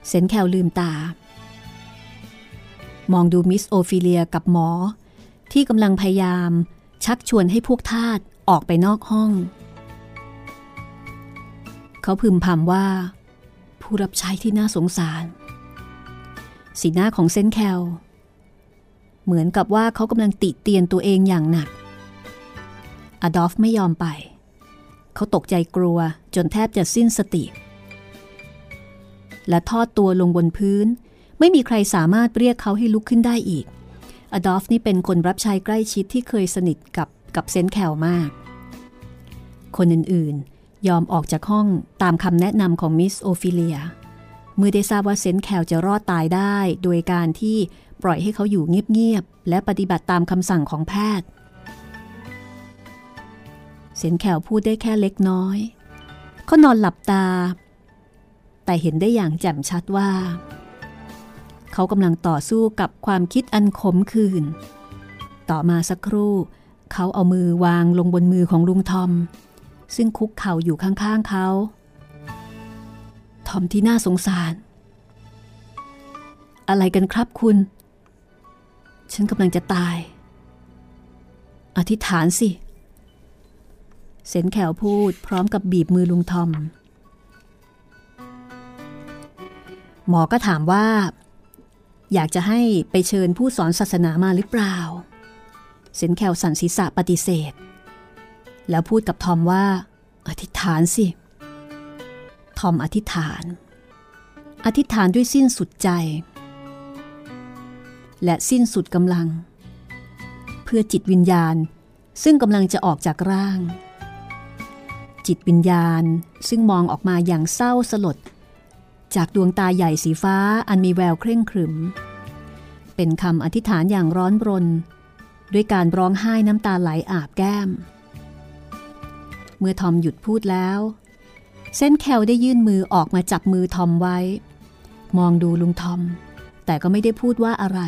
เซนแคลลืมตามองดูมิสโอฟิเลียกับหมอที่กำลังพยายามชักชวนให้พวกทาสออกไปนอกห้องเขาพึมพำว่าผู้รับใช้ที่น่าสงสารสีหน้าของเซนแคลเหมือนกับว่าเขากำลังติเตียนตัวเองอย่างหนักอดอล์ฟไม่ยอมไปเขาตกใจกลัวจนแทบจะสิ้นสติและทอดตัวลงบนพื้นไม่มีใครสามารถเรียกเขาให้ลุกขึ้นได้อีกอดอล์ฟนี่เป็นคนรับใช้ใกล้ชิดที่เคยสนิทกับเซนแคลมากคนอื่นๆยอมออกจากห้องตามคำแนะนำของมิสโอฟิเลียเมื่อได้ทราบว่าเซนแคลจะรอดตายได้โดยการที่ปล่อยให้เขาอยู่เงียบๆและปฏิบัติตามคำสั่งของแพทย์เซนแคลพูดได้แค่เล็กน้อยเขานอนหลับตาแต่เห็นได้อย่างแจ่มชัดว่าเขากำลังต่อสู้กับความคิดอันขมขื่นต่อมาสักครู่เขาเอามือวางลงบนมือของลุงทอมซึ่งคุกเข่าอยู่ข้างๆเขาทอมที่น่าสงสารอะไรกันครับคุณฉันกำลังจะตายอธิษฐานสิเซนแคลพูดพร้อมกับบีบมือลุงทอมหมอก็ถามว่าอยากจะให้ไปเชิญผู้สอนศาสนามาหรือเปล่าเซนแคลสั่นศีรษะปฏิเสธแล้วพูดกับทอมว่าอธิษฐานสิทอมอธิษฐานด้วยสิ้นสุดใจและสิ้นสุดกำลังเพื่อจิตวิญญาณซึ่งกำลังจะออกจากร่างจิตวิญญาณซึ่งมองออกมาอย่างเศร้าสลดจากดวงตาใหญ่สีฟ้าอันมีแววเคร่งครึมเป็นคำอธิษฐานอย่างร้อนรนด้วยการร้องไห้น้ำตาไหลอาบแก้มเมื่อทอมหยุดพูดแล้วเซนแคลได้ยื่นมือออกมาจับมือทอมไว้มองดูลุงทอมแต่ก็ไม่ได้พูดว่าอะไร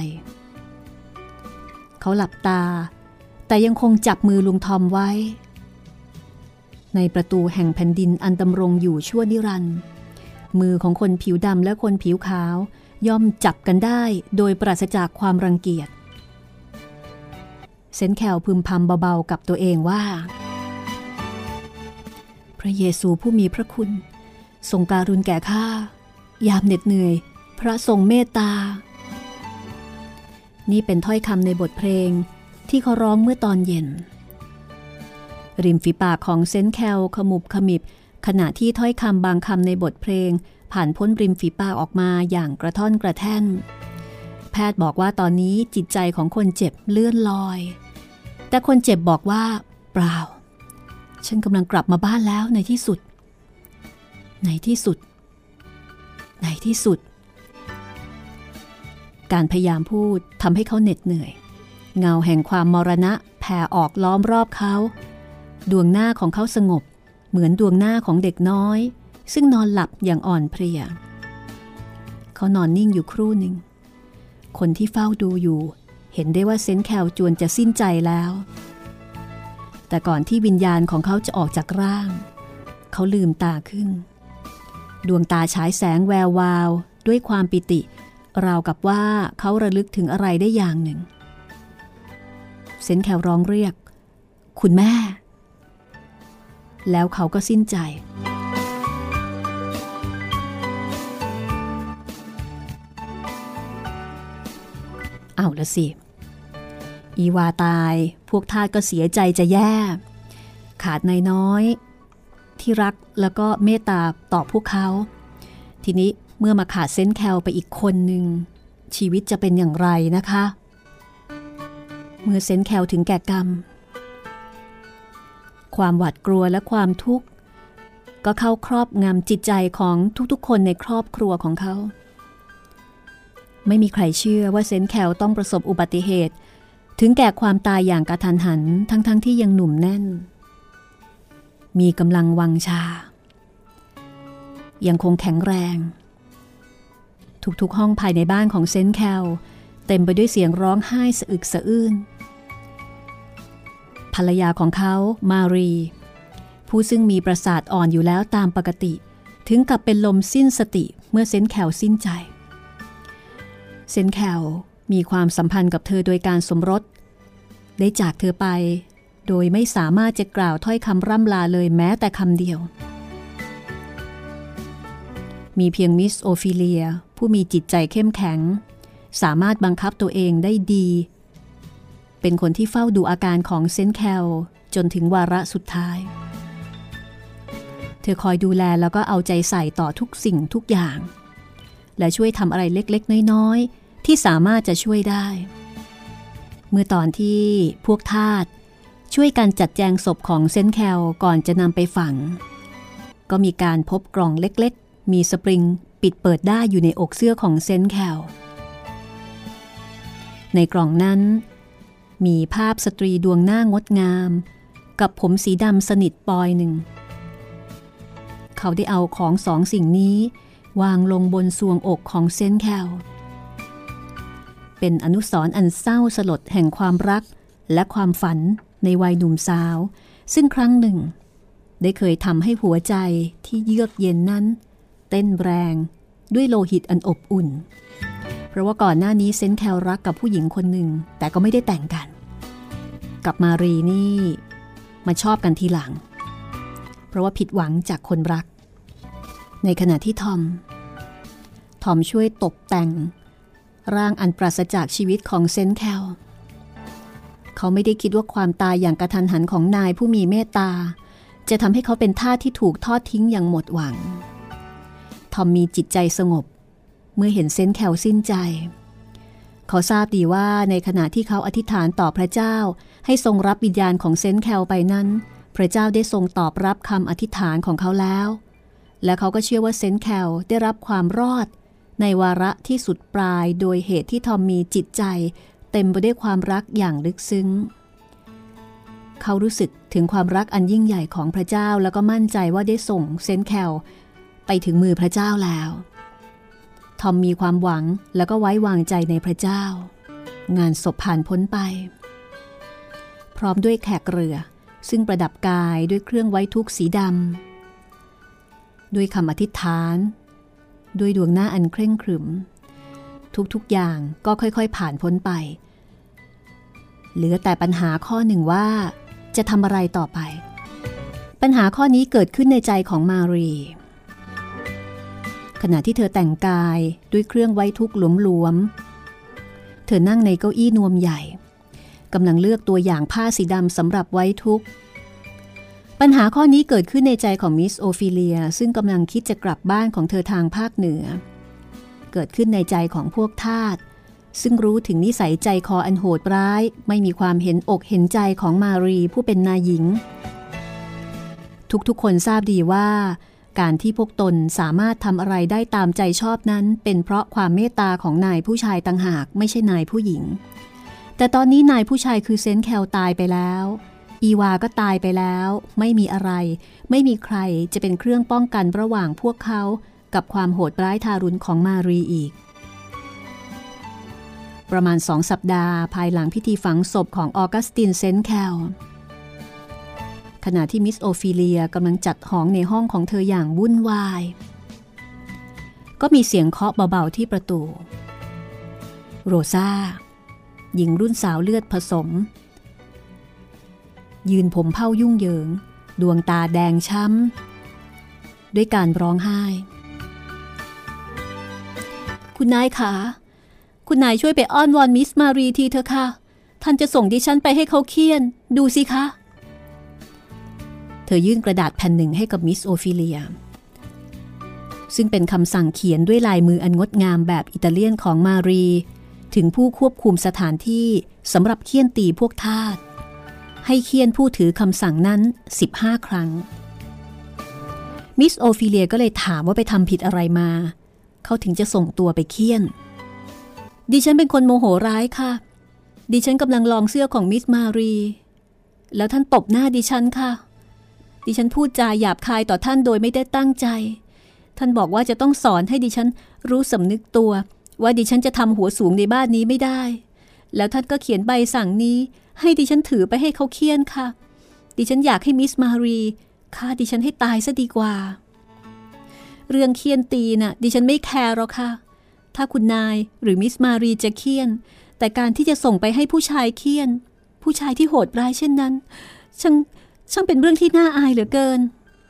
เขาหลับตาแต่ยังคงจับมือลุงทอมไว้ในประตูแห่งแผ่นดินอันดำรงอยู่ชั่วนิรันดร์มือของคนผิวดำและคนผิวขาวย่อมจับกันได้โดยปราศจากความรังเกียจเซนแคลพึมพำเบาๆกับตัวเองว่าพระเยซูผู้มีพระคุณทรงการุณแก่ข้ายามเหน็ดเหนื่อยพระทรงเมตตานี่เป็นถ้อยคำในบทเพลงที่เขาร้องเมื่อตอนเย็นริมฝีปากของเซนแคลขมุบขมิบขณะที่ถ้อยคำบางคำในบทเพลงผ่านพ้นริมฝีปากออกมาอย่างกระท่อนกระแท่นแพทย์บอกว่าตอนนี้จิตใจของคนเจ็บเลื่อนลอยแต่คนเจ็บบอกว่าเปล่าฉันกำลังกลับมาบ้านแล้วในที่สุดการพยายามพูดทำให้เขาเหน็ดเหนื่อยเงาแห่งความมรณะแผ่ออกล้อมรอบเขาดวงหน้าของเขาสงบเหมือนดวงหน้าของเด็กน้อยซึ่งนอนหลับอย่างอ่อนเพลียเขานอนนิ่งอยู่ครู่หนึ่งคนที่เฝ้าดูอยู่เห็นได้ว่าเซนแคลจวนจะสิ้นใจแล้วแต่ก่อนที่วิญญาณของเขาจะออกจากร่างเขาลืมตาขึ้นดวงตาฉายแสงแวววาวด้วยความปิติราวกับว่าเขาระลึกถึงอะไรได้อย่างหนึ่งเซนแคลร้องเรียกคุณแม่แล้วเขาก็สิ้นใจเอาละสิอีวาตายพวกทาสก็เสียใจจะแย่ขาดนายน้อยที่รักแล้วก็เมตตาต่อพวกเขาทีนี้เมื่อมาขาดเซนแคลไปอีกคนหนึ่งชีวิตจะเป็นอย่างไรนะคะเมื่อเซนแคลถึงแก่กรรมความหวาดกลัวและความทุกข์ก็เข้าครอบงำจิตใจของทุกๆคนในครอบครัวของเขาไม่มีใครเชื่อว่าเซนแคลต้องประสบอุบัติเหตุถึงแก่ความตายอย่างกระทันหันทั้งที่ยังหนุ่มแน่นมีกำลังวังชายังคงแข็งแรงทุกๆห้องภายในบ้านของเซนแคลเต็มไปด้วยเสียงร้องไห้สะอึกสะอื้นภรรยาของเขามารีผู้ซึ่งมีประสาทอ่อนอยู่แล้วตามปกติถึงกับเป็นลมสิ้นสติเมื่อเซนต์แคลสิ้นใจเซนต์แคลมีความสัมพันธ์กับเธอโดยการสมรสได้จากเธอไปโดยไม่สามารถจะกล่าวถ้อยคำร่ำลาเลยแม้แต่คำเดียวมีเพียงมิสโอฟิเลียผู้มีจิตใจเข้มแข็งสามารถบังคับตัวเองได้ดีเป็นคนที่เฝ้าดูอาการของเซนต์แคลจนถึงวาระสุดท้ายเธอคอยดูแลแล้วก็เอาใจใส่ต่อทุกสิ่งทุกอย่างและช่วยทำอะไรเล็กๆน้อยๆที่สามารถจะช่วยได้เมื่อตอนที่พวกทาสช่วยกันจัดแจงศพของเซนต์แคลก่อนจะนำไปฝังก็มีการพบกล่องเล็กๆมีสปริงปิดเปิดได้อยู่ในอกเสื้อของเซนต์แคลในกล่องนั้นมีภาพสตรีดวงหน้างดงามกับผมสีดำสนิทปอยหนึ่งเขาได้เอาของสองสิ่งนี้วางลงบนทรวงอกของเซนต์แคลเป็นอนุสรณ์อันเศร้าสลดแห่งความรักและความฝันในวัยหนุ่มสาวซึ่งครั้งหนึ่งได้เคยทำให้หัวใจที่เยือกเย็นนั้นเต้นแรงด้วยโลหิตอันอบอุ่นเพราะว่าก่อนหน้านี้เซนต์แคลรักกับผู้หญิงคนหนึ่งแต่ก็ไม่ได้แต่งกันกับมารีนี่มาชอบกันทีหลังเพราะว่าผิดหวังจากคนรักในขณะที่ทอมช่วยตกแต่งร่างอันปราศจากชีวิตของเซนต์แคลเขาไม่ได้คิดว่าความตายอย่างกระทันหันของนายผู้มีเมตตาจะทำให้เขาเป็นทาสที่ถูกทอดทิ้งอย่างหมดหวังทอมมีจิตใจสงบเมื่อเห็นเซนต์แคลสิ้นใจเขาทราบดีว่าในขณะที่เขาอธิษฐานต่อพระเจ้าให้ทรงรับวิญญาณของเซนต์แคลไปนั้นพระเจ้าได้ทรงตอบรับคำอธิษฐานของเขาแล้วและเขาก็เชื่อว่าเซนต์แคลได้รับความรอดในวาระที่สุดปลายโดยเหตุที่ทอมมีจิตใจเต็มไปด้วยความรักอย่างลึกซึ้งเขารู้สึกถึงความรักอันยิ่งใหญ่ของพระเจ้าแล้วก็มั่นใจว่าได้ส่งเซนต์แคลไปถึงมือพระเจ้าแล้วทอมมีความหวังแล้วก็ไว้วางใจในพระเจ้างานศพผ่านพ้นไปพร้อมด้วยแขกเรือซึ่งประดับกายด้วยเครื่องไว้ทุกข์สีดำด้วยคำอธิษฐานด้วยดวงหน้าอันเคร่งขรึมทุกๆอย่างก็ค่อยๆผ่านพ้นไปเหลือแต่ปัญหาข้อหนึ่งว่าจะทำอะไรต่อไปปัญหาข้อนี้เกิดขึ้นในใจของมารีขณะที่เธอแต่งกายด้วยเครื่องไว้ทุกข์หลวมๆเธอนั่งในเก้าอี้นวมใหญ่กำลังเลือกตัวอย่างผ้าสีดำสำหรับไว้ทุกข์ปัญหาข้อนี้เกิดขึ้นในใจของมิสโอฟิเลียซึ่งกำลังคิดจะกลับบ้านของเธอทางภาคเหนือเกิดขึ้นในใจของพวกทาสซึ่งรู้ถึงนิสัยใจคออันโหดร้ายไม่มีความเห็นอกเห็นใจของมารีผู้เป็นนายหญิงทุกๆคนทราบดีว่าการที่พวกตนสามารถทำอะไรได้ตามใจชอบนั้นเป็นเพราะความเมตตาของนายผู้ชายต่างหากไม่ใช่นายผู้หญิงแต่ตอนนี้นายผู้ชายคือเซนต์แคลตายไปแล้วอีวาก็ตายไปแล้วไม่มีอะไรไม่มีใครจะเป็นเครื่องป้องกันระหว่างพวกเขากับความโหดร้ายทารุณของมารีอีกประมาณ2 สัปดาห์ภายหลังพิธีฝังศพของออกัสตินเซนต์แคลขณะที่มิสโอฟิเลียกำลังจัดของในห้องของเธออย่างวุ่นวายก็มีเสียงเคาะเบาๆที่ประตูโรซาหญิงรุ่นสาวเลือดผสมยืนผมเผ้ายุ่งเหยิงดวงตาแดงช้ำด้วยการร้องไห้คุณนายคะคุณนายช่วยไปอ้อนวอนมิสมารีทีเถอะค่ะท่านจะส่งดิฉันไปให้เขาเคี่ยนดูสิคะเธอยื่นกระดาษแผ่นหนึ่งให้กับมิสโอฟิเลียซึ่งเป็นคำสั่งเขียนด้วยลายมืออันงดงามแบบอิตาเลียนของมารีถึงผู้ควบคุมสถานที่สำหรับเคี่ยนตีพวกทาสให้เคี่ยนผู้ถือคำสั่งนั้น15 ครั้งมิสโอฟิเลียก็เลยถามว่าไปทำผิดอะไรมาเขาถึงจะส่งตัวไปเคี่ยนดิฉันเป็นคนโมโหร้ายค่ะดิฉันกำลังลองเสื้อของมิสมารีแล้วท่านตบหน้าดิฉันค่ะดิฉันพูดจาหยาบคายต่อท่านโดยไม่ได้ตั้งใจท่านบอกว่าจะต้องสอนให้ดิฉันรู้สำนึกตัวว่าดิฉันจะทำหัวสูงในบ้านนี้ไม่ได้แล้วท่านก็เขียนใบสั่งนี้ให้ดิฉันถือไปให้เขาเคี่ยนค่ะดิฉันอยากให้มิสมารีฆ่าดิฉันให้ตายซะดีกว่าเรื่องเคี่ยนตีน่ะดิฉันไม่แคร์หรอกค่ะถ้าคุณนายหรือมิสมารีจะเคี่ยนแต่การที่จะส่งไปให้ผู้ชายเคี่ยนผู้ชายที่โหดร้ายเช่นนั้นช่างเป็นเรื่องที่น่าอายเหลือเกิน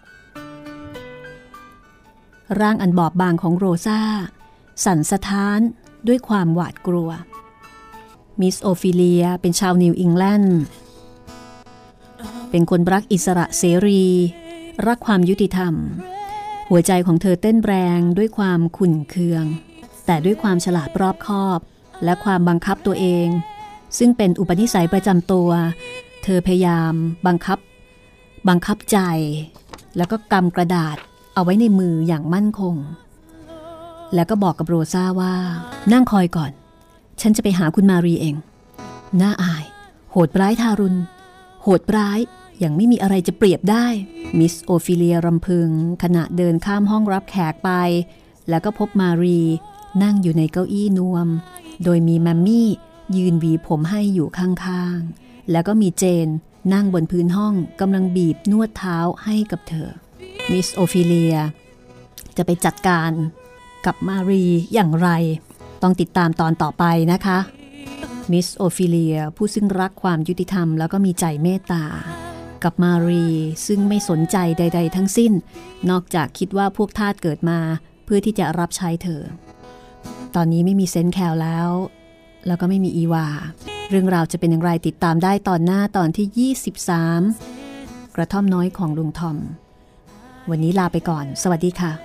ร่างอันบอบบางของโรซาสั่นสะท้านด้วยความหวาดกลัวมิสโอฟิเลียเป็นชาวนิวอิงแลนด์เป็นคนรักอิสระเสรีรักความยุติธรรมหัวใจของเธอเต้นแรงด้วยความขุ่นเคืองแต่ด้วยความฉลาดรอบคอบและความบังคับตัวเองซึ่งเป็นอุปนิสัยประจำตัวเธอพยายามบังคับใจแล้วก็กำกระดาษเอาไว้ในมืออย่างมั่นคงแล้วก็บอกกับโรซาว่านั่งคอยก่อนฉันจะไปหาคุณมารีเองน่าอายโหดร้ายทารุณโหดร้ายอย่างไม่มีอะไรจะเปรียบได้มิสโอฟิเลียรำพึงขณะเดินข้ามห้องรับแขกไปแล้วก็พบมารีนั่งอยู่ในเก้าอี้นวมโดยมีมัมมี่ยืนหวีผมให้อยู่ข้างๆแล้วก็มีเจนนั่งบนพื้นห้องกำลังบีบนวดเท้าให้กับเธอมิสโอฟิเลียจะไปจัดการกับมารีอย่างไรต้องติดตามตอนต่อไปนะคะมิสโอฟิเลียผู้ซึ่งรักความยุติธรรมแล้วก็มีใจเมตตากับมารีซึ่งไม่สนใจใดๆทั้งสิ้นนอกจากคิดว่าพวกทาสเกิดมาเพื่อที่จะรับใช้เธอตอนนี้ไม่มีเซนต์แคลแล้วก็ไม่มีอีวาเรื่องราวจะเป็นอย่างไรติดตามได้ตอนหน้าตอนที่23กระท่อมน้อยของลุงทอมวันนี้ลาไปก่อนสวัสดีค่ะ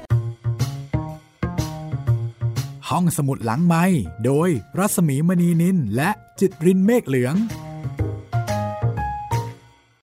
ห้องสมุดหลังไมค์โดยรัศมีมณีนินและจิตรินเมฆเหลือง